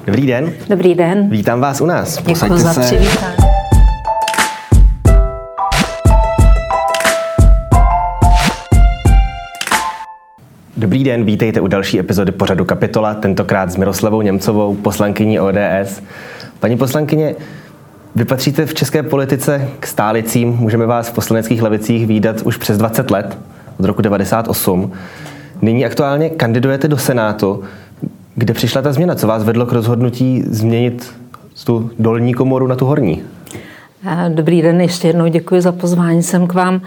Dobrý den. Dobrý den. Vítám vás u nás. Děkuji za přivítání. Dobrý den, vítejte u další epizody pořadu Kapitola, tentokrát s Miroslavou Němcovou, poslankyní ODS. Paní poslankyně, vy patříte v české politice k stálicím, můžeme vás v poslaneckých lavicích vídat už přes 20 let, od roku 1998. Nyní aktuálně kandidujete do Senátu. Kde přišla ta změna? Co vás vedlo k rozhodnutí změnit tu dolní komoru na tu horní? Dobrý den, ještě jednou děkuji za pozvání sem k vám.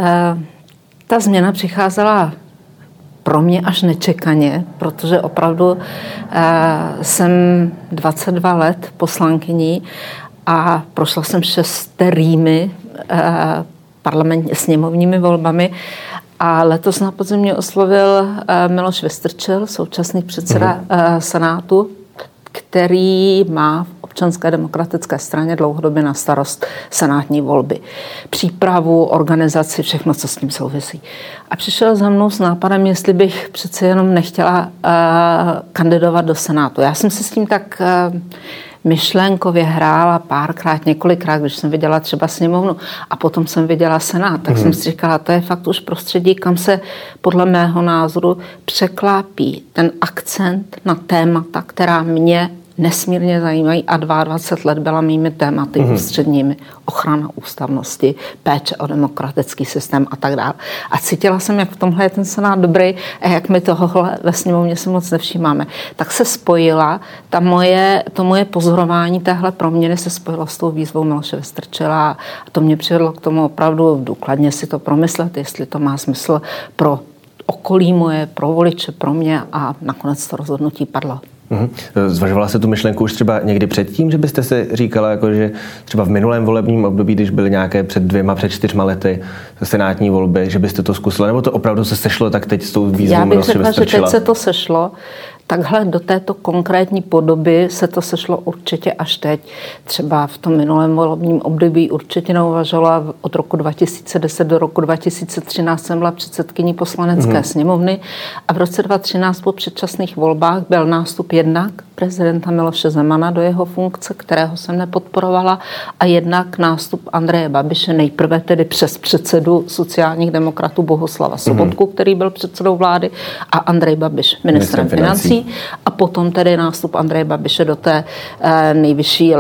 Ta změna přicházela pro mě až nečekaně, protože opravdu jsem 22 let poslankyní a prošla jsem 6 parlamentně sněmovními volbami a letos na podzim mě oslovil Miloš Vystrčil, současný předseda Senátu, který má v Občanské demokratické straně dlouhodobě na starost senátní volby. Přípravu, organizaci, všechno, co s tím souvisí. A přišel za mnou s nápadem, jestli bych přece jenom nechtěla kandidovat do Senátu. Já jsem si s tím tak myšlenkově hrála párkrát, několikrát, když jsem viděla třeba sněmovnu a potom jsem viděla Senát, tak jsem si říkala, to je fakt už prostředí, kam se podle mého názoru překlápí ten akcent na témata, která mě nesmírně zajímají a 22 let byla mými tématy ústředními. Ochrana ústavnosti, péče o demokratický systém a tak dále. A cítila jsem, jak v tomhle je ten Senát dobrý a jak my tohohle ve sněmovně se moc nevšímáme. Tak se spojila, to moje pozorování téhle proměny se spojilo s tou výzvou Miloše Vystrčila a to mě přivedlo k tomu opravdu důkladně si to promyslet, jestli to má smysl pro okolí moje, pro voliče, pro mě a nakonec to rozhodnutí padlo. Zvažovala se tu myšlenku už třeba někdy předtím, že byste si říkala, jako, že třeba v minulém volebním období, když byly nějaké před 4 lety senátní volby, že byste to zkusila, nebo to opravdu se sešlo tak teď s tou výzvou Miloše Vystrčila? Já bych řekla, že teď se to sešlo. Takhle do této konkrétní podoby se to sešlo určitě až teď. Třeba v tom minulém volebním období určitě neuvažovala. Od roku 2010 do roku 2013 jsem byla předsedkyní poslanecké sněmovny a v roce 2013 po předčasných volbách byl nástup jednak prezidenta Miloše Zemana do jeho funkce, kterého jsem nepodporovala, a jednak nástup Andreje Babiše, nejprve tedy přes předsedu sociálních demokratů Bohuslava Sobotku, který byl předsedou vlády, a Andrej Babiš ministrem financí. A potom tedy nástup Andreje Babiše do té nejvyšší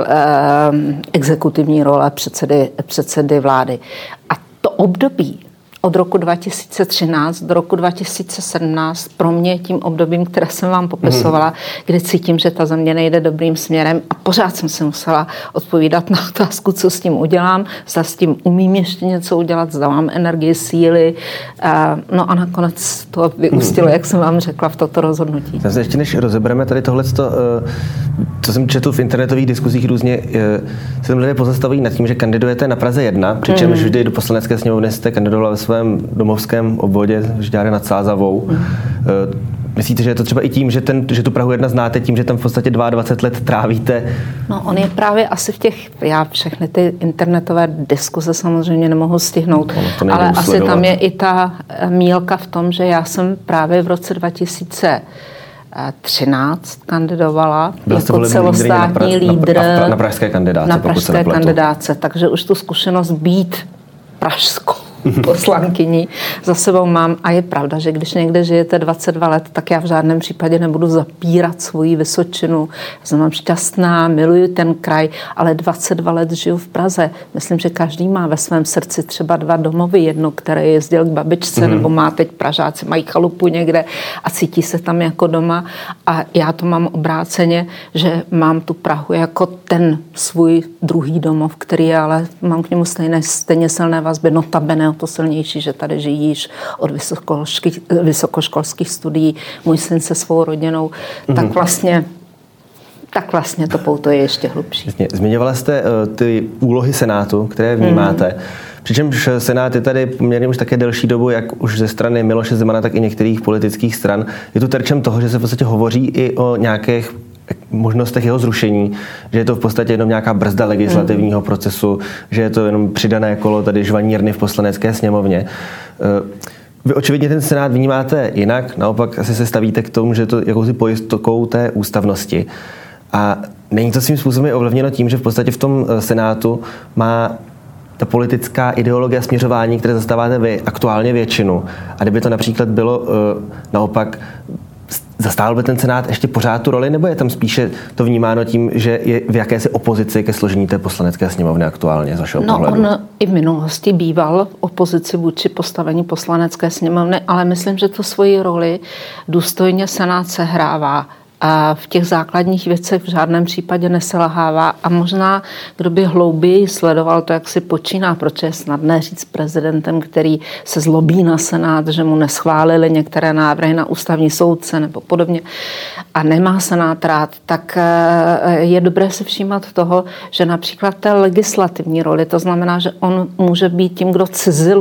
exekutivní role předsedy vlády. A to období od roku 2013 do roku 2017 pro mě tím obdobím, které jsem vám popisovala, kdy cítím, že ta země nejde dobrým směrem a pořád jsem si musela odpovídat na otázku, co s tím udělám, zda s tím umím ještě něco udělat, zda mám energii, síly. No a nakonec to vyústilo, jak jsem vám řekla, v toto rozhodnutí. Zase ještě než rozebereme tady tohleto, co jsem četl v internetových diskuzích různě, se tam lidé pozastavují nad tím, že kandidujete na Praze 1, přičemž vždy do poslanecké sněmovny jste kandidovala ve svém domovském obvodě Žďáry nad Sázavou. Myslíte, že je to třeba i tím, že tu Prahu 1 znáte, tím, že tam v podstatě 22 let trávíte? No, on je právě asi já všechny ty internetové diskuze samozřejmě nemohu stihnout, ale asi tam je i ta mílka v tom, že já jsem právě v roce 2013 kandidovala jako celostátní lídr na pražské kandidáce. Takže už tu zkušenost být pražskou poslankyní za sebou mám a je pravda, že když někde žijete 22 let, tak já v žádném případě nebudu zapírat svoji Vysočinu. Jsem šťastná, miluji ten kraj, ale 22 let žiju v Praze. Myslím, že každý má ve svém srdci třeba 2 domovy, jedno, které jezdil k babičce, nebo má teď Pražáci, mají chalupu někde a cítí se tam jako doma a já to mám obráceně, že mám tu Prahu jako ten svůj druhý domov, který ale mám k němu stejně silné vazby, notabene o to silnější, že tady žijíš od vysokoškolských studií, můj syn se svou rodinou, tak vlastně to pouto je ještě hlubší. Zmiňovala jste ty úlohy Senátu, které vnímáte. Přičemž Senát je tady poměrně už také delší dobu, jak už ze strany Miloše Zemana, tak i některých politických stran. Je tu terčem toho, že se v podstatě hovoří i o nějakých možnostech jeho zrušení, že je to v podstatě jenom nějaká brzda legislativního procesu, že je to jenom přidané kolo tady žvanírny v poslanecké sněmovně. Vy očividně ten Senát vnímáte jinak, naopak asi se stavíte k tomu, že je to jakousi pojistkou té ústavnosti. A není to svým způsobem ovlivněno tím, že v podstatě v tom Senátu má ta politická ideologie a směřování, které zastáváte vy, aktuálně většinu. A kdyby to například bylo naopak, zastával by ten Senát ještě pořád tu roli, nebo je tam spíše to vnímáno tím, že je v jakési opozici ke složení té poslanecké sněmovny aktuálně z vašeho pohledu? On i v minulosti býval v opozici vůči postavení poslanecké sněmovny, ale myslím, že to svoji roli důstojně Senát sehrává. A v těch základních věcech v žádném případě neselhává a možná, kdo by hlouběji sledoval to, jak si počíná, protože je snadné říct prezidentem, který se zlobí na Senát, že mu neschválili některé návrhy na ústavní soudce nebo podobně a nemá Senát rád, tak je dobré si všímat toho, že například té legislativní roli, to znamená, že on může být tím, kdo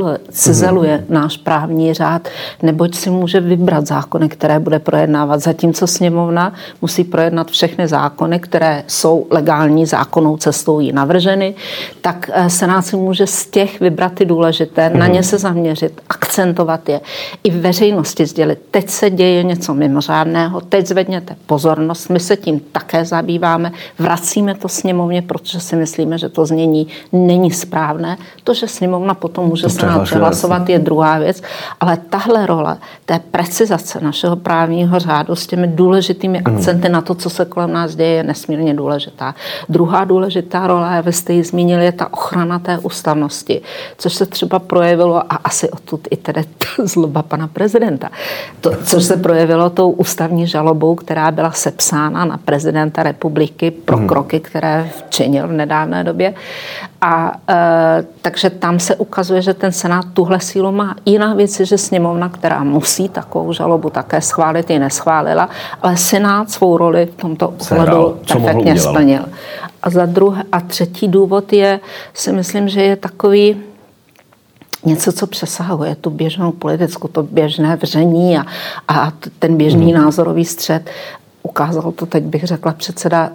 cizeluje náš právní řád, neboť si může vybrat zákony, které bude projednávat, zatímco sněmovna musí projednat všechny zákony, které jsou legální zákonnou cestou jí navrženy, tak Senát si může z těch vybrat ty důležité, na ně se zaměřit, akcentovat je, i veřejnosti sdělit. Teď se děje něco mimořádného, teď zvedněte pozornost, my se tím také zabýváme, vracíme to sněmovně, protože si myslíme, že to znění není správné. To, že sněmovna potom může Senát přehlasovat, je druhá věc, ale tahle role té precizace našeho právního řádu s těmi důležitými akcenty na to, co se kolem nás děje, je nesmírně důležitá. Druhá důležitá role, jak vy jste ji zmínili, je ta ochrana té ústavnosti, což se třeba projevilo, a asi odtud i tedy zloba pana prezidenta, což se projevilo tou ústavní žalobou, která byla sepsána na prezidenta republiky pro kroky, které činil v nedávné době. A takže tam se ukazuje, že ten Senát tuhle sílu má. Jiná věc je, že sněmovna, která musí takovou žalobu také schválit, ji neschválila, ale Senát svou roli v tomto ohledu perfektně splnil. A třetí důvod je, si myslím, že je takový něco, co přesahuje tu běžnou politickou, to běžné vření a ten běžný názorový střet. Ukázal to, teď bych řekla, předseda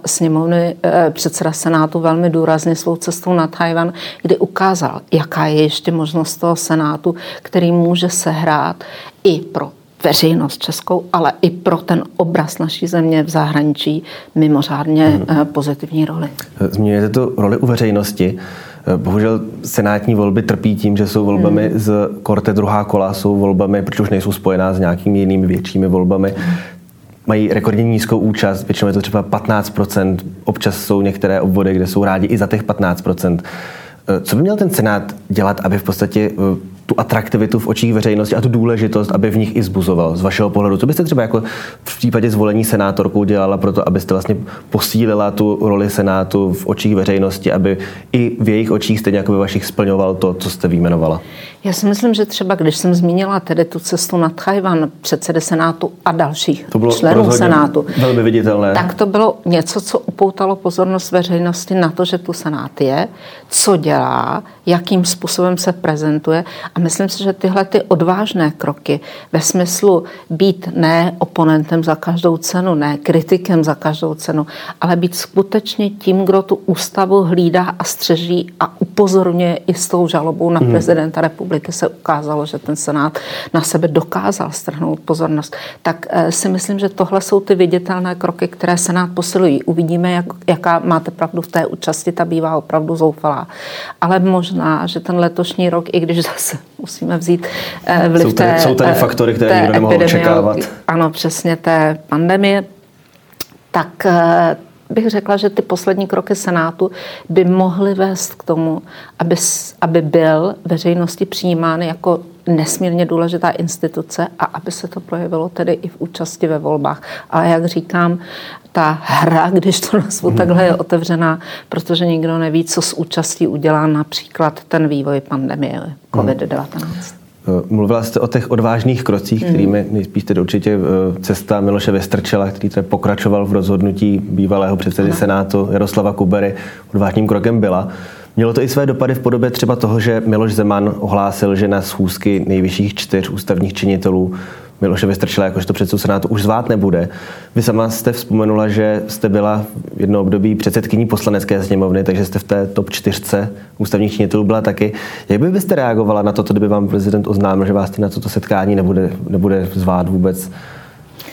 Senátu velmi důrazně svou cestou na Tchaj-wan, kdy ukázal, jaká je ještě možnost toho Senátu, který může sehrát i pro veřejnost českou, ale i pro ten obraz naší země v zahraničí mimořádně pozitivní roli. Zmíníte tu roli u veřejnosti. Bohužel senátní volby trpí tím, že jsou volbami z korte druhá kola, jsou volbami, protože už nejsou spojená s nějakými jinými většími volbami. Mají rekordně nízkou účast, většinou je to třeba 15%, občas jsou některé obvody, kde jsou rádi i za těch 15%. Co by měl ten Senát dělat, aby v podstatě tu atraktivitu v očích veřejnosti a tu důležitost, aby v nich i zbuzoval z vašeho pohledu? Co byste třeba jako v případě zvolení senátorkou dělala pro to, abyste vlastně posílila tu roli Senátu v očích veřejnosti, aby i v jejich očích stejně jako ve vašich splňoval to, co jste vyjmenovala? Já si myslím, že třeba když jsem zmínila tedy tu cestu na Tchaj-wan předsedy Senátu a dalších členů Senátu, velmi viditelné. Tak to bylo něco, co upoutalo pozornost veřejnosti na to, že tu Senát je, co dělá, jakým způsobem se prezentuje. A myslím si, že tyhle ty odvážné kroky ve smyslu být ne oponentem za každou cenu, ne kritikem za každou cenu, ale být skutečně tím, kdo tu ústavu hlídá a střeží a upozorňuje i s tou žalobou na prezidenta republiky, se ukázalo, že ten Senát na sebe dokázal strhnout pozornost. Tak si myslím, že tohle jsou ty viditelné kroky, které Senát posilují. Uvidíme, jaká máte pravdu v té účasti, ta bývá opravdu zoufalá. Ale možná, že ten letošní rok, i když zase musíme vzít vliv jsou tady faktory, které nikdo nemohl očekávat. Ano, přesně té pandemie, tak bych řekla, že ty poslední kroky Senátu by mohly vést k tomu, aby byl veřejnosti přijímán jako nesmírně důležitá instituce a aby se to projevilo tedy i v účasti ve volbách. Ale jak říkám, ta hra, když to nazvu takhle, je otevřená, protože nikdo neví, co s účastí udělá například ten vývoj pandemie COVID-19. Mluvila jste o těch odvážných krocích, kterými nejspíš tedy určitě cesta Miloše Vystrčila, který tedy pokračoval v rozhodnutí bývalého předsedy Senátu Jaroslava Kubery, odvážným krokem byla. Mělo to i své dopady v podobě třeba toho, že Miloš Zeman ohlásil, že na schůzky nejvyšších 4 ústavních činitelů Miloše Vystrčila jakožto předsedu Senátu už zvát nebude. Vy sama jste vzpomenula, že jste byla v jedno období předsedkyní poslanecké sněmovny, takže jste v té top 4 ústavních činitelů byla taky. Jak byste reagovala na to, kdyby vám prezident oznámil, že vás na toto setkání nebude zvát vůbec?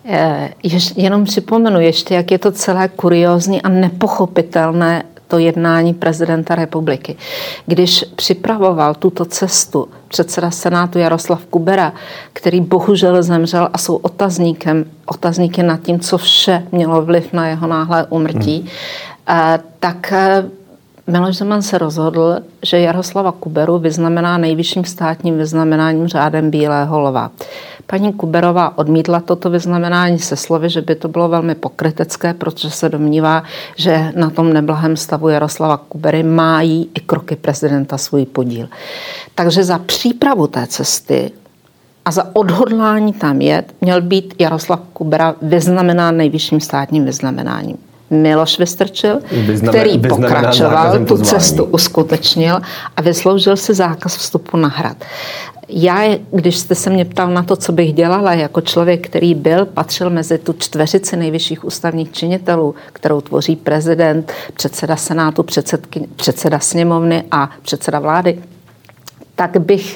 Jenom připomenu ještě, jak je to celé kuriózní a nepochopitelné to jednání prezidenta republiky. Když připravoval tuto cestu předseda Senátu Jaroslav Kubera, který bohužel zemřel a jsou otazníky nad tím, co vše mělo vliv na jeho náhlé úmrtí, tak Miloš Zeman se rozhodl, že Jaroslava Kuberu vyznamená nejvyšším státním vyznamenáním řádem Bílého lva. Paní Kuberová odmítla toto vyznamenání se slovy, že by to bylo velmi pokrytecké, protože se domnívá, že na tom neblahém stavu Jaroslava Kubery mají i kroky prezidenta svůj podíl. Takže za přípravu té cesty a za odhodlání tam jet měl být Jaroslav Kubera vyznamenán nejvyšším státním vyznamenáním. Miloš Vystrčil, který pokračoval, tu cestu uskutečnil a vysloužil si zákaz vstupu na hrad. Já, když jste se mě ptal na to, co bych dělala jako člověk, který patřil mezi tu čtveřici nejvyšších ústavních činitelů, kterou tvoří prezident, předseda Senátu, předseda sněmovny a předseda vlády, tak bych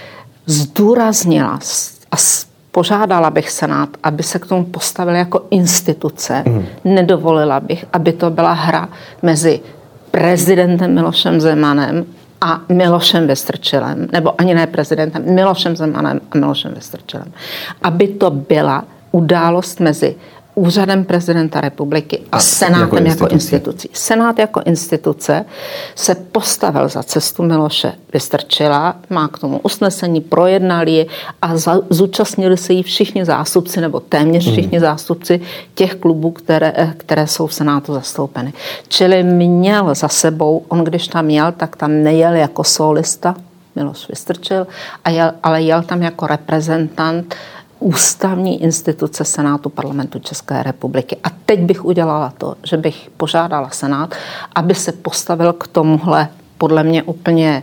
zdůraznila a požádala bych Senát, aby se k tomu postavil jako instituce. Nedovolila bych, aby to byla hra mezi prezidentem Milošem Zemanem a Milošem Vystrčilem, nebo ani ne prezidentem, Milošem Zemanem a Milošem Vystrčilem. Aby to byla událost mezi úřadem prezidenta republiky a Senátem jako institucí. Senát jako instituce se postavil za cestu Miloše Vystrčila, má k tomu usnesení, projednali ji a zúčastnili se jí všichni zástupci, nebo téměř všichni zástupci těch klubů, které jsou v Senátu zastoupeny. Čili měl za sebou, on když tam jel, tak tam nejel jako solista, Miloš Vystrčil, ale jel tam jako reprezentant ústavní instituce Senátu Parlamentu České republiky. A teď bych udělala to, že bych požádala Senát, aby se postavil k tomuhle podle mě úplně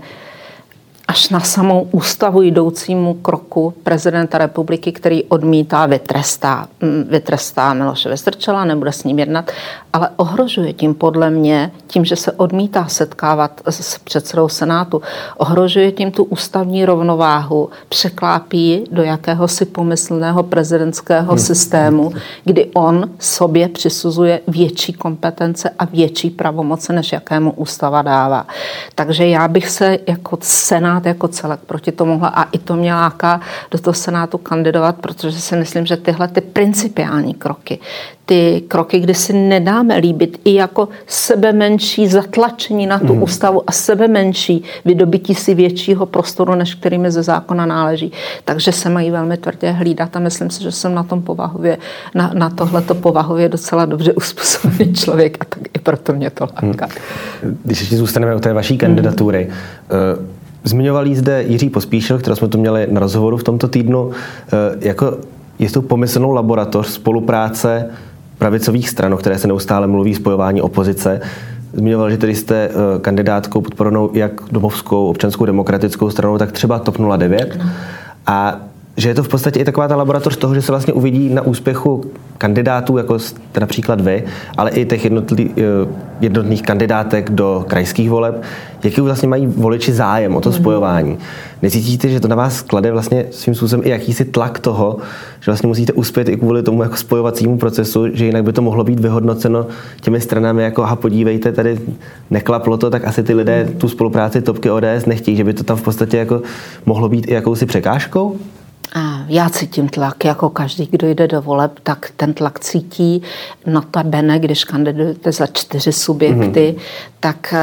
až na samou ústavu jdoucímu kroku prezidenta republiky, který odmítá, vytrestá Miloše Vystrčila, nebude s ním jednat, ale ohrožuje tím podle mě, tím, že se odmítá setkávat s předsedou Senátu, ohrožuje tím tu ústavní rovnováhu, překlápí do jakéhosi pomyslného prezidentského systému, kdy on sobě přisuzuje větší kompetence a větší pravomoce, než jakému ústava dává. Takže já bych se jako Senát jako celek proti tomuhle a i to mě láká do toho Senátu kandidovat, protože si myslím, že tyhle ty principiální kroky, ty kroky, kdy si nedáme líbit i jako sebemenší zatlačení na tu ústavu a sebemenší vydobytí si většího prostoru, než kterými ze zákona náleží. Takže se mají velmi tvrdě hlídat a myslím si, že jsem na tom povahově, na tohleto povahově docela dobře uspůsobený člověk a tak i proto mě to láká. Když ještě zůstaneme u té vaší kandidatury, zmiňoval jí zde Jiří Pospíšil, kterou jsme tu měli na rozhovoru v tomto týdnu, jako jistou pomyslnou laboratoř spolupráce pravicových stran, o které se neustále mluví, spojování opozice. Zmiňoval, že tedy jste kandidátkou podporovanou jak domovskou občanskou demokratickou stranou, tak třeba TOP 09. A že je to v podstatě i taková ta laboratoř toho, že se vlastně uvidí na úspěchu kandidátů, jako jste například vy, ale i těch jednotných kandidátek do krajských voleb, jaký vlastně mají voliči zájem o to spojování. Necítíte, že to na vás klade vlastně svým způsobem i jakýsi tlak toho, že vlastně musíte uspět i kvůli tomu jako spojovacímu procesu, že jinak by to mohlo být vyhodnoceno těmi stranami jako aha, podívejte, tady neklaplo to, tak asi ty lidé tu spolupráci TOPky ODS nechtějí, že by to tam v podstatě jako mohlo být i jakousi překážkou? Já cítím tlak, jako každý, kdo jde do voleb, tak ten tlak cítí notabene, když kandidujete za 4 subjekty, tak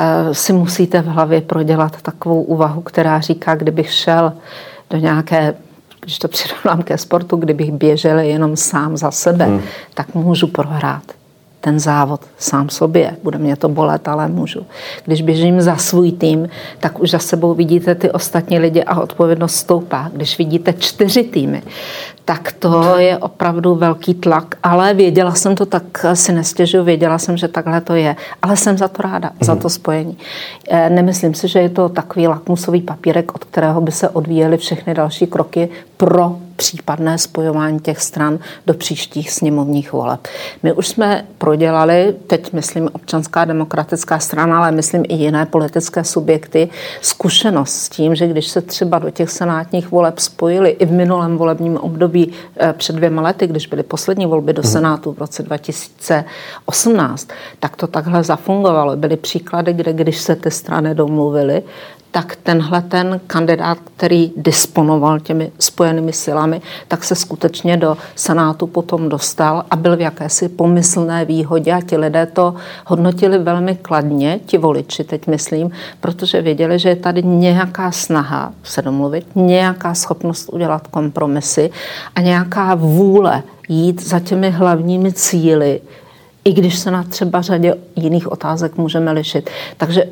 si musíte v hlavě prodělat takovou úvahu, která říká, kdybych šel do nějaké, když to přirovnám ke sportu, kdybych běžel jenom sám za sebe, tak můžu prohrát ten závod sám sobě. Bude mě to bolet, ale můžu. Když běžím za svůj tým, tak už za sebou vidíte ty ostatní lidi a odpovědnost stoupá. Když vidíte 4 týmy, tak to je opravdu velký tlak, ale věděla jsem to, tak si nestěžuji, věděla jsem, že takhle to je, ale jsem za to ráda, za to spojení. Nemyslím si, že je to takový lakmusový papírek, od kterého by se odvíjely všechny další kroky pro případné spojování těch stran do příštích sněmovních voleb. My už jsme prodělali, teď myslím Občanská demokratická strana, ale myslím i jiné politické subjekty, zkušenost s tím, že když se třeba do těch senátních voleb spojili i v minulém volebním období před 2 lety, když byly poslední volby do Senátu v roce 2018, tak to takhle zafungovalo. Byly příklady, kde když se ty strany domluvily, tak tenhle ten kandidát, který disponoval těmi spojenými silami, tak se skutečně do Senátu potom dostal a byl v jakési pomyslné výhodě a ti lidé to hodnotili velmi kladně, ti voliči teď myslím, protože věděli, že je tady nějaká snaha se domluvit, nějaká schopnost udělat kompromisy a nějaká vůle jít za těmi hlavními cíli, i když se na třeba řadě jiných otázek můžeme lišit. Takže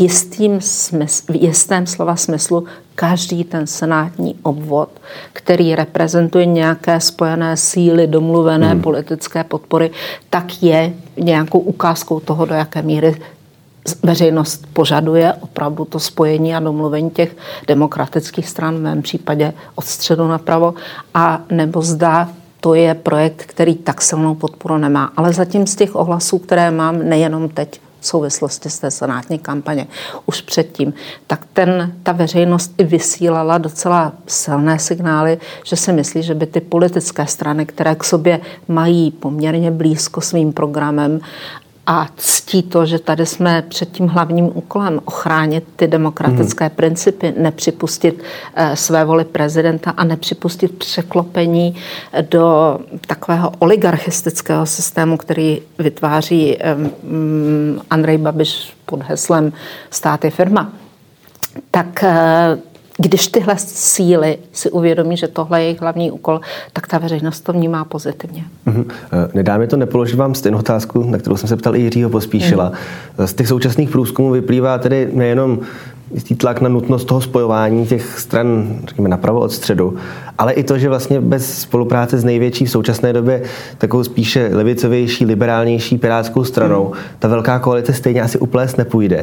v jistém slova smyslu každý ten senátní obvod, který reprezentuje nějaké spojené síly, domluvené politické podpory, tak je nějakou ukázkou toho, do jaké míry veřejnost požaduje opravdu to spojení a domluvení těch demokratických stran, v mém případě od středu napravo, a nebo zda to je projekt, který tak silnou podporu nemá. Ale zatím z těch ohlasů, které mám nejenom teď v souvislosti s té senátní kampaně, už předtím, tak ta veřejnost i vysílala docela silné signály, že si myslí, že by ty politické strany, které k sobě mají poměrně blízko svým programem a ctí to, že tady jsme před tím hlavním úkolem ochránit ty demokratické principy, nepřipustit své voli prezidenta a nepřipustit překlopení do takového oligarchistického systému, který vytváří Andrej Babiš pod heslem Stát je firma. Tak když tyhle síly si uvědomí, že tohle je jejich hlavní úkol, tak ta veřejnost to vnímá pozitivně. Nedá mi to nepoložit vám stejnou otázku, na kterou jsem se ptal i Jiřího Pospíšila. Z těch současných průzkumů vyplývá tedy nejenom jistý tlak na nutnost toho spojování těch stran, řekněme, napravo od středu, ale i to, že vlastně bez spolupráce s největší v současné době takovou spíše levicovější, liberálnější pirátskou stranou, ta velká koalice stejně asi uplést nepůjde.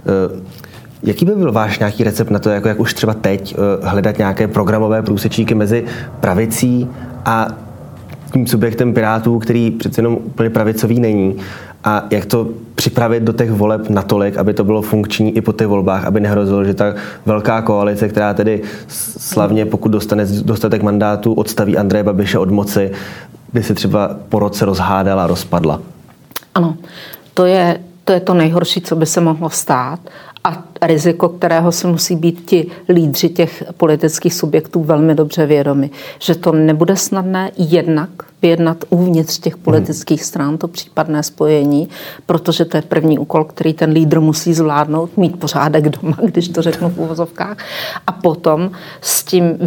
Jaký by byl váš nějaký recept na to, jak už třeba teď hledat nějaké programové průsečíky mezi pravicí a tím subjektem Pirátů, který přece jenom úplně pravicový není, a jak to připravit do těch voleb natolik, aby to bylo funkční i po těch volbách, aby nehrozilo, že ta velká koalice, která tedy slavně, pokud dostane dostatek mandátů, odstaví Andreje Babiše od moci, by se třeba po roce rozhádala a rozpadla? Ano, to je to nejhorší, co by se mohlo stát, a riziko, kterého se musí být ti lídři těch politických subjektů velmi dobře vědomi. Že to nebude snadné jednak vyjednat uvnitř těch politických stran to případné spojení, protože to je první úkol, který ten lídr musí zvládnout, mít pořádek doma, když to řeknu v uvozovkách, a potom s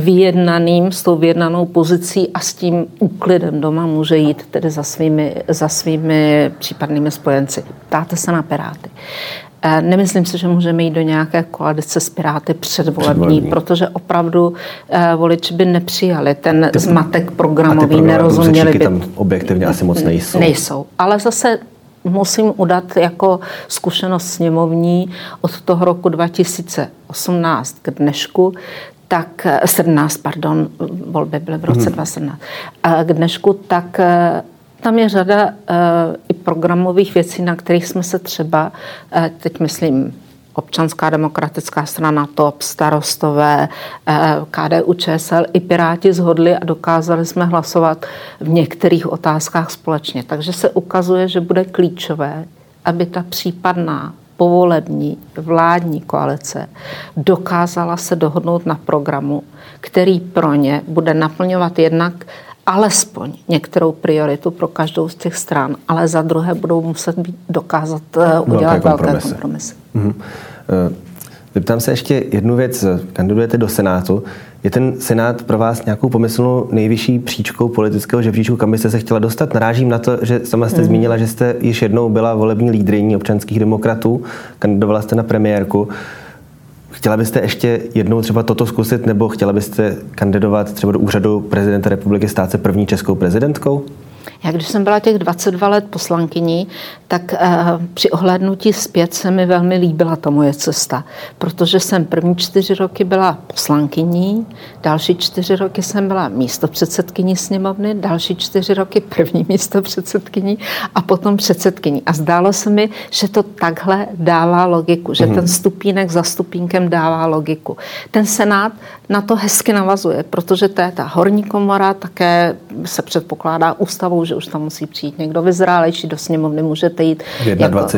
tou vyjednanou pozicí a s tím úklidem doma může jít tedy za svými případnými spojenci. Ptáte se na Piráty. Nemyslím si, že můžeme jít do nějaké koalice s Piráty předvolební, protože opravdu voliči by nepřijali ten zmatek programový, nerozuměli by. Tam objektivně asi moc nejsou. Nejsou, ale zase musím udat jako zkušenost sněmovní od toho roku 2018 k dnešku, tak 17, volby byly v roce 2017. K dnešku, tak tam je řada i programových věcí, na kterých jsme se třeba, teď myslím, Občanská demokratická strana, TOP, Starostové, KDU, ČSL i Piráti shodli a dokázali jsme hlasovat v některých otázkách společně. Takže se ukazuje, že bude klíčové, aby ta případná povolební vládní koalice dokázala se dohodnout na programu, který pro ně bude naplňovat jednak alespoň některou prioritu pro každou z těch stran, ale za druhé budou muset dokázat udělat velké kompromisy. Zeptám se ještě jednu věc. Kandidujete do Senátu. Je ten Senát pro vás nějakou pomyslnou nejvyšší příčkou politického žebříčku, kam byste se chtěla dostat? Narážím na to, že sama jste zmínila, že jste již jednou byla volební lídryní občanských demokratů, kandidovala jste na premiérku. Chtěla byste ještě jednou třeba toto zkusit, nebo chtěla byste kandidovat třeba do úřadu prezidenta republiky, stát se první českou prezidentkou? Já když jsem byla těch 22 let poslankyní, tak při ohlédnutí zpět se mi velmi líbila ta moje cesta, protože jsem první 4 roky byla poslankyní, další 4 roky jsem byla místopředsedkyní sněmovny, další 4 roky první místopředsedkyní a potom předsedkyní. A zdálo se mi, že to takhle dává logiku, že ten stupínek za stupínkem dává logiku. Ten Senát na to hezky navazuje, protože to je ta horní komora, také se předpokládá ústavou, že už tam musí přijít někdo vyzrálejší, do sněmovny můžete jít v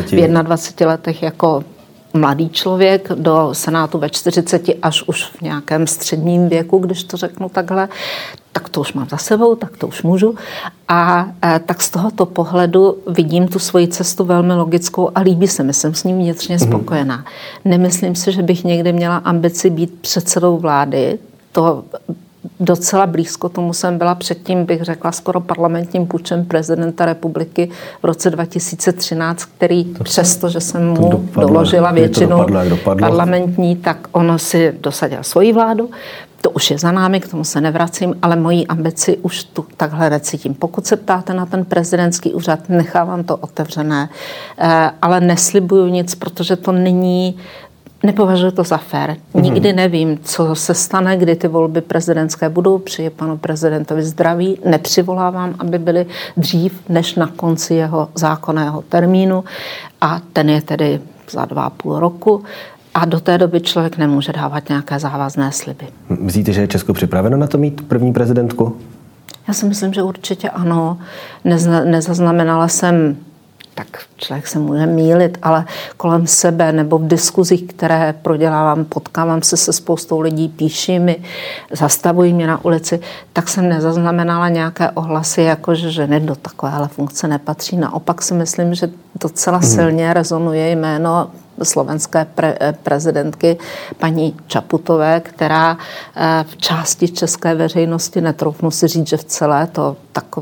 21 letech jako mladý člověk, do Senátu ve 40 až už v nějakém středním věku, když to řeknu takhle, tak to už mám za sebou, tak to už můžu. A tak z tohoto pohledu vidím tu svoji cestu velmi logickou a líbí se mi, jsem s ním vnitřně spokojená. Nemyslím si, že bych někdy měla ambici být předsedou vlády, to docela blízko tomu jsem byla předtím, bych řekla, skoro parlamentním pučem prezidenta republiky v roce 2013, který přesto, že jsem mu doložila většinu parlamentní, tak ono si dosadil svoji vládu. To už je za námi, k tomu se nevracím, ale mojí ambici už tu takhle necítím. Pokud se ptáte na ten prezidentský úřad, nechávám to otevřené, ale neslibuju nic, protože to není... Nepovažuji to za fér. Nikdy nevím, co se stane, kdy ty volby prezidentské budou. Přeji panu prezidentovi zdraví. Nepřivolávám, aby byly dřív než na konci jeho zákonného termínu. A ten je tedy za 2,5 roku. A do té doby člověk nemůže dávat nějaké závazné sliby. Myslíte, že je Česko připraveno na to mít první prezidentku? Já si myslím, že určitě ano. Nezaznamenala jsem, tak člověk se může mýlit, ale kolem sebe nebo v diskuzích, které prodělávám, potkávám se se spoustou lidí, píší mi, zastavují mě na ulici, tak jsem nezaznamenala nějaké ohlasy, jako že ženy do takovéhle funkce nepatří. Naopak si myslím, že docela silně rezonuje jméno slovenské prezidentky paní Čaputové, která v části české veřejnosti, netroufnu si říct, že v celé to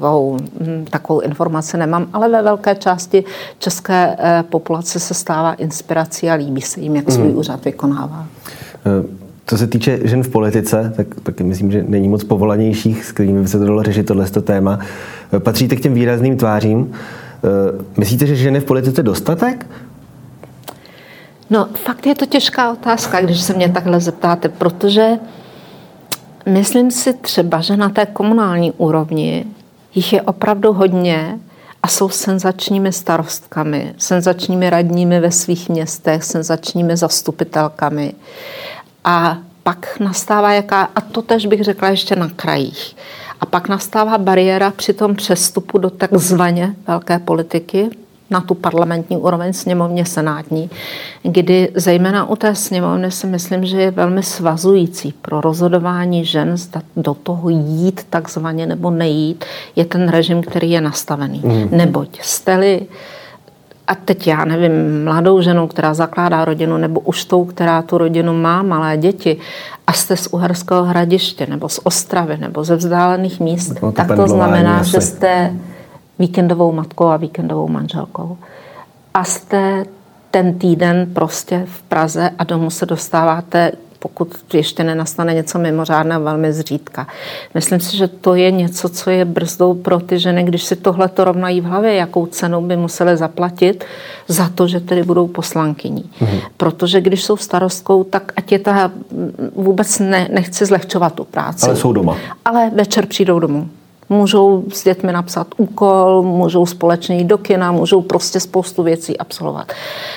takovou informaci nemám, ale ve velké části české populace se stává inspirací a líbí se jim, jak svůj úřad vykonává. Co se týče žen v politice, tak myslím, že není moc povolanějších, s kterými by se to dalo řešit tohleto téma. Patříte k těm výrazným tvářím. Myslíte, že ženy v politice dostatek? No, fakt je to těžká otázka, když se mě takhle zeptáte, protože myslím si třeba, že na té komunální úrovni jich je opravdu hodně a jsou senzačními starostkami, senzačními radními ve svých městech, senzačními zastupitelkami. A pak nastává a to tež bych řekla ještě na krajích. A pak nastává bariéra při tom přestupu do takzvaně velké politiky, na tu parlamentní úroveň, sněmovně senátní, kdy zejména u té sněmovny si myslím, že je velmi svazující pro rozhodování žen, zda do toho jít takzvaně nebo nejít, je ten režim, který je nastavený. Neboť jste-li, a teď já nevím, mladou ženou, která zakládá rodinu, nebo už tou, která tu rodinu má, malé děti, a jste z Uherského Hradiště, nebo z Ostravy, nebo ze vzdálených míst, tak to znamená, že jste víkendovou matkou a víkendovou manželkou. A jste ten týden prostě v Praze a domů se dostáváte, pokud ještě nenastane něco mimořádného, velmi zřídka. Myslím si, že to je něco, co je brzdou pro ty ženy, když si tohle to rovnají v hlavě, jakou cenu by museli zaplatit za to, že tedy budou poslankyní. Protože když jsou starostkou, tak ať je ta, vůbec nechci zlehčovat tu práci. Ale jsou doma. Ale večer přijdou domů. Můžou s dětmi napsat úkol, můžou společně jít do kina, můžou prostě spoustu věcí absolvovat.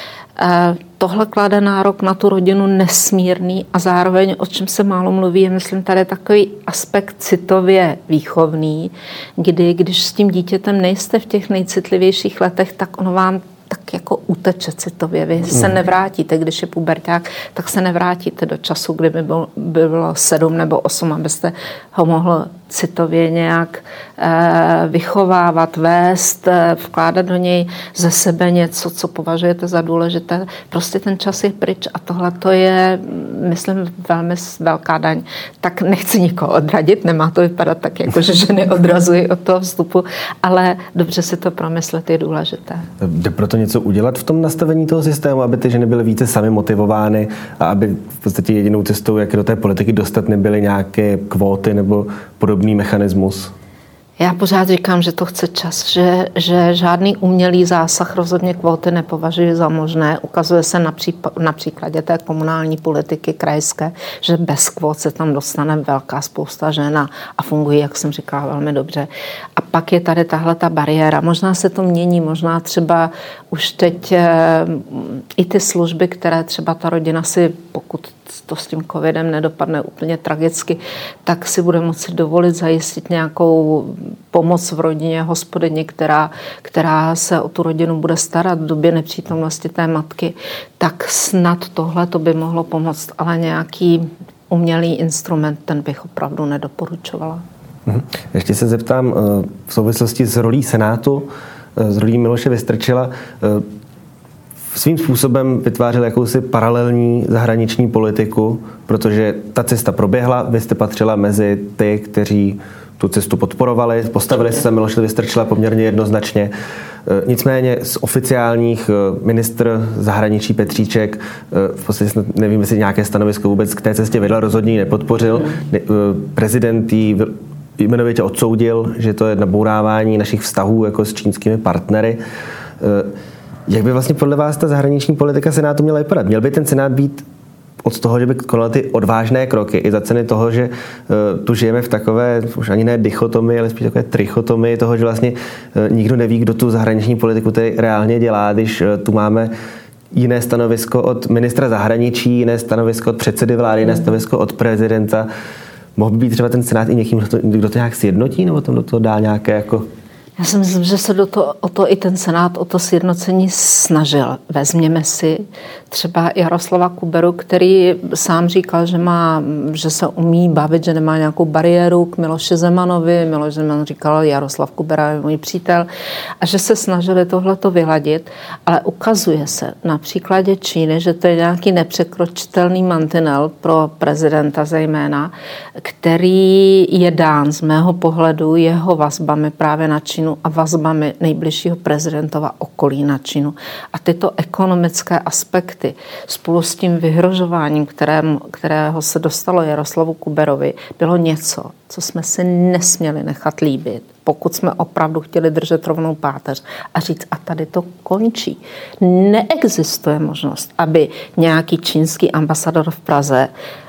Tohle klade nárok na tu rodinu nesmírný a zároveň, o čem se málo mluví, je, myslím, tady takový aspekt citově výchovný, kdy když s tím dítětem nejste v těch nejcitlivějších letech, tak ono vám tak jako uteče citově. Vy se nevrátíte, když je puberťák, tak se nevrátíte do času, kdyby bylo 7 nebo 8, abyste ho mohl citově nějak vychovávat, vést, vkládat do něj ze sebe něco, co považujete za důležité. Prostě ten čas je pryč a tohle to je, myslím, velmi velká daň. Tak nechci nikoho odradit, nemá to vypadat tak, jako že ženy odrazují od toho vstupu, ale dobře si to promyslet je důležité. Jde proto něco udělat v tom nastavení toho systému, aby ty ženy byly více sami motivovány a aby v podstatě jedinou cestou, jak do té politiky dostat, nebyly nějaké kvóty nebo podobný mechanismus? Já pořád říkám, že to chce čas, že žádný umělý zásah rozhodně kvóty nepovažuji za možné. Ukazuje se na příkladě té komunální politiky krajské, že bez kvót se tam dostane velká spousta žen a fungují, jak jsem říkala, velmi dobře. A pak je tady tahle ta bariéra. Možná se to mění, možná třeba už teď i ty služby, které třeba ta rodina si, pokud to s tím covidem nedopadne úplně tragicky, tak si bude moci dovolit zajistit nějakou pomoc v rodině, hospodyni, která se o tu rodinu bude starat v době nepřítomnosti té matky, tak snad tohle to by mohlo pomoct, ale nějaký umělý instrument, ten bych opravdu nedoporučovala. Ještě se zeptám v souvislosti s rolí Senátu, s rolí Miloše Vystrčila. Svým způsobem vytvářel jakousi paralelní zahraniční politiku, protože ta cesta proběhla, vy jste patřila mezi ty, kteří tu cestu podporovali, postavili se Miloše Vystrčila poměrně jednoznačně. Nicméně z oficiálních ministr zahraničí Petříček, v podstatě nevím, jestli nějaké stanovisko vůbec k té cestě vydal, rozhodně ji nepodpořil. Prezident ji jmenovitě odsoudil, že to je nabourávání našich vztahů jako s čínskými partnery. Jak by vlastně podle vás ta zahraniční politika Senátu měla vypadat? Měl by ten Senát být od toho, že by konal ty odvážné kroky i za ceny toho, že tu žijeme v takové, už ani ne dichotomii, ale spíš takové trichotomii toho, že vlastně nikdo neví, kdo tu zahraniční politiku tady reálně dělá, když tu máme jiné stanovisko od ministra zahraničí, jiné stanovisko od předsedy vlády, jiné stanovisko od prezidenta. Mohl by být třeba ten Senát i někým, kdo to nějak sjednotí, nebo tam do toho dá nějaké jako... Já si myslím, že se o to i ten Senát o to sjednocení snažil. Vezměme si třeba Jaroslava Kuberu, který sám říkal, že se umí bavit, že nemá nějakou bariéru k Miloši Zemanovi. Miloš Zeman říkal, Jaroslav Kubera je můj přítel, a že se snažili tohleto vyladit, ale ukazuje se na příkladě Číny, že to je nějaký nepřekročitelný mantinel pro prezidenta zejména, který je dán z mého pohledu jeho vazbami právě na Čínu a vazbami nejbližšího prezidentova okolí na Čínu. A tyto ekonomické aspekty spolu s tím vyhrožováním, kterého se dostalo Jaroslavu Kuberovi, bylo něco, co jsme si nesměli nechat líbit, pokud jsme opravdu chtěli držet rovnou páteř a říct, a tady to končí. Neexistuje možnost, aby nějaký čínský ambasador v Praze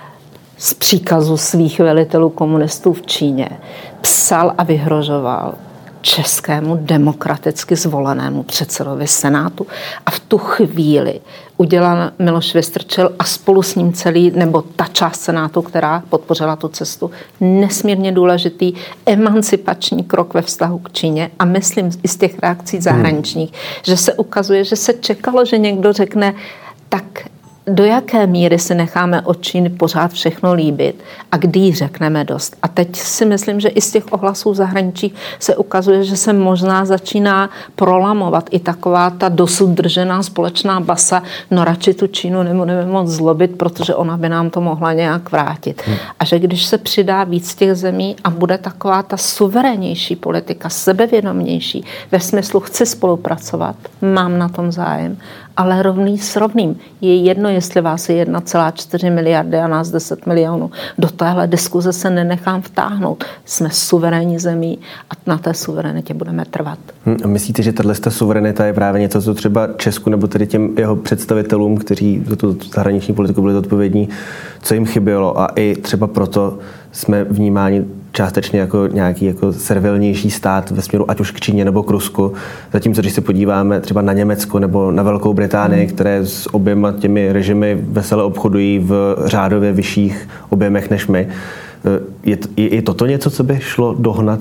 z příkazu svých velitelů komunistů v Číně psal a vyhrožoval českému demokraticky zvolenému předsedovi Senátu. A v tu chvíli udělal Miloš Vystrčil a spolu s ním celý, nebo ta část Senátu, která podpořila tu cestu, nesmírně důležitý emancipační krok ve vztahu k Číně. A myslím i z těch reakcí zahraničních, že se ukazuje, že se čekalo, že někdo řekne, tak do jaké míry si necháme od Číny pořád všechno líbit a kdy jí řekneme dost. A teď si myslím, že i z těch ohlasů v zahraničí se ukazuje, že se možná začíná prolamovat i taková ta dosud držená společná basa, no radši tu Čínu nebudeme moc zlobit, protože ona by nám to mohla nějak vrátit. A že když se přidá víc těch zemí a bude taková ta suverénnější politika, sebevědomější, ve smyslu chci spolupracovat, mám na tom zájem, ale rovný s rovným. Je jedno, jestli vás je 1,4 miliardy a nás 10 milionů. Do téhle diskuze se nenechám vtáhnout. Jsme suverénní zemí a na té suverenitě budeme trvat. A myslíte, že tato suverenita je právě něco, co třeba Česku nebo tedy těm jeho představitelům, kteří za tu zahraniční politiku byli zodpovědní, co jim chybělo, a i třeba proto jsme vnímáni částečně jako nějaký jako servilnější stát ve směru ať už k Číně nebo k Rusku. Zatímco, když se podíváme třeba na Německo nebo na Velkou Británii, které s oběma těmi režimy vesele obchodují v řádově vyšších objemech než my, je toto něco, co by šlo dohnat?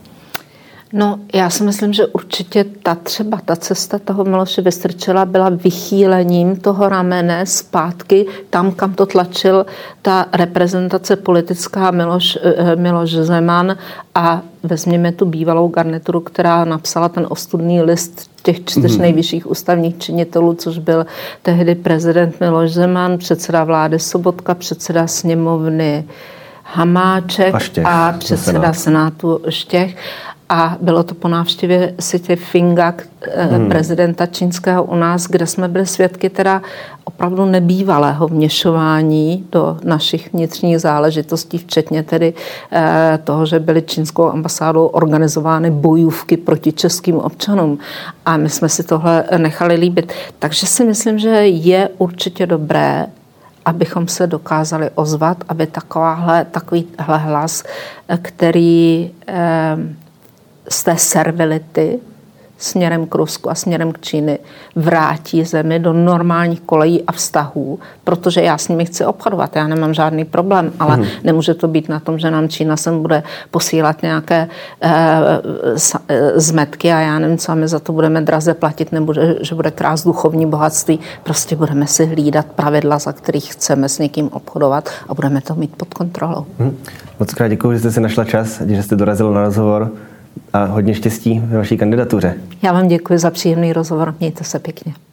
No, já si myslím, že určitě ta cesta toho Miloše Vystrčila byla vychýlením toho ramene zpátky tam, kam to tlačil ta reprezentace politická Miloš Zeman, a vezměme tu bývalou garnituru, která napsala ten ostudný list těch 4 nejvyšších ústavních činitelů, což byl tehdy prezident Miloš Zeman, předseda vlády Sobotka, předseda sněmovny Hamáček a předseda Senátu Štěch. A bylo to po návštěvě Xi Jinpinga, prezidenta čínského u nás, kde jsme byli svědky teda opravdu nebývalého vměšování do našich vnitřních záležitostí, včetně tedy toho, že byly čínskou ambasádou organizovány bojůvky proti českým občanům. A my jsme si tohle nechali líbit. Takže si myslím, že je určitě dobré, abychom se dokázali ozvat, aby takovýhle hlas, který z té servility směrem k Rusku a směrem k Číny vrátí zemi do normálních kolejí a vztahů, protože já s nimi chci obchodovat, já nemám žádný problém, ale nemůže to být na tom, že nám Čína sem bude posílat nějaké zmetky a já nevím, co, a my za to budeme draze platit, nebo že bude krást duchovní bohatství. Prostě budeme si hlídat pravidla, za kterých chceme s někým obchodovat a budeme to mít pod kontrolou. Moc krát děkuji, že jste si našla čas, že jste dorazila na rozhovor a hodně štěstí ve vaší kandidatuře. Já vám děkuji za příjemný rozhovor, mějte se pěkně.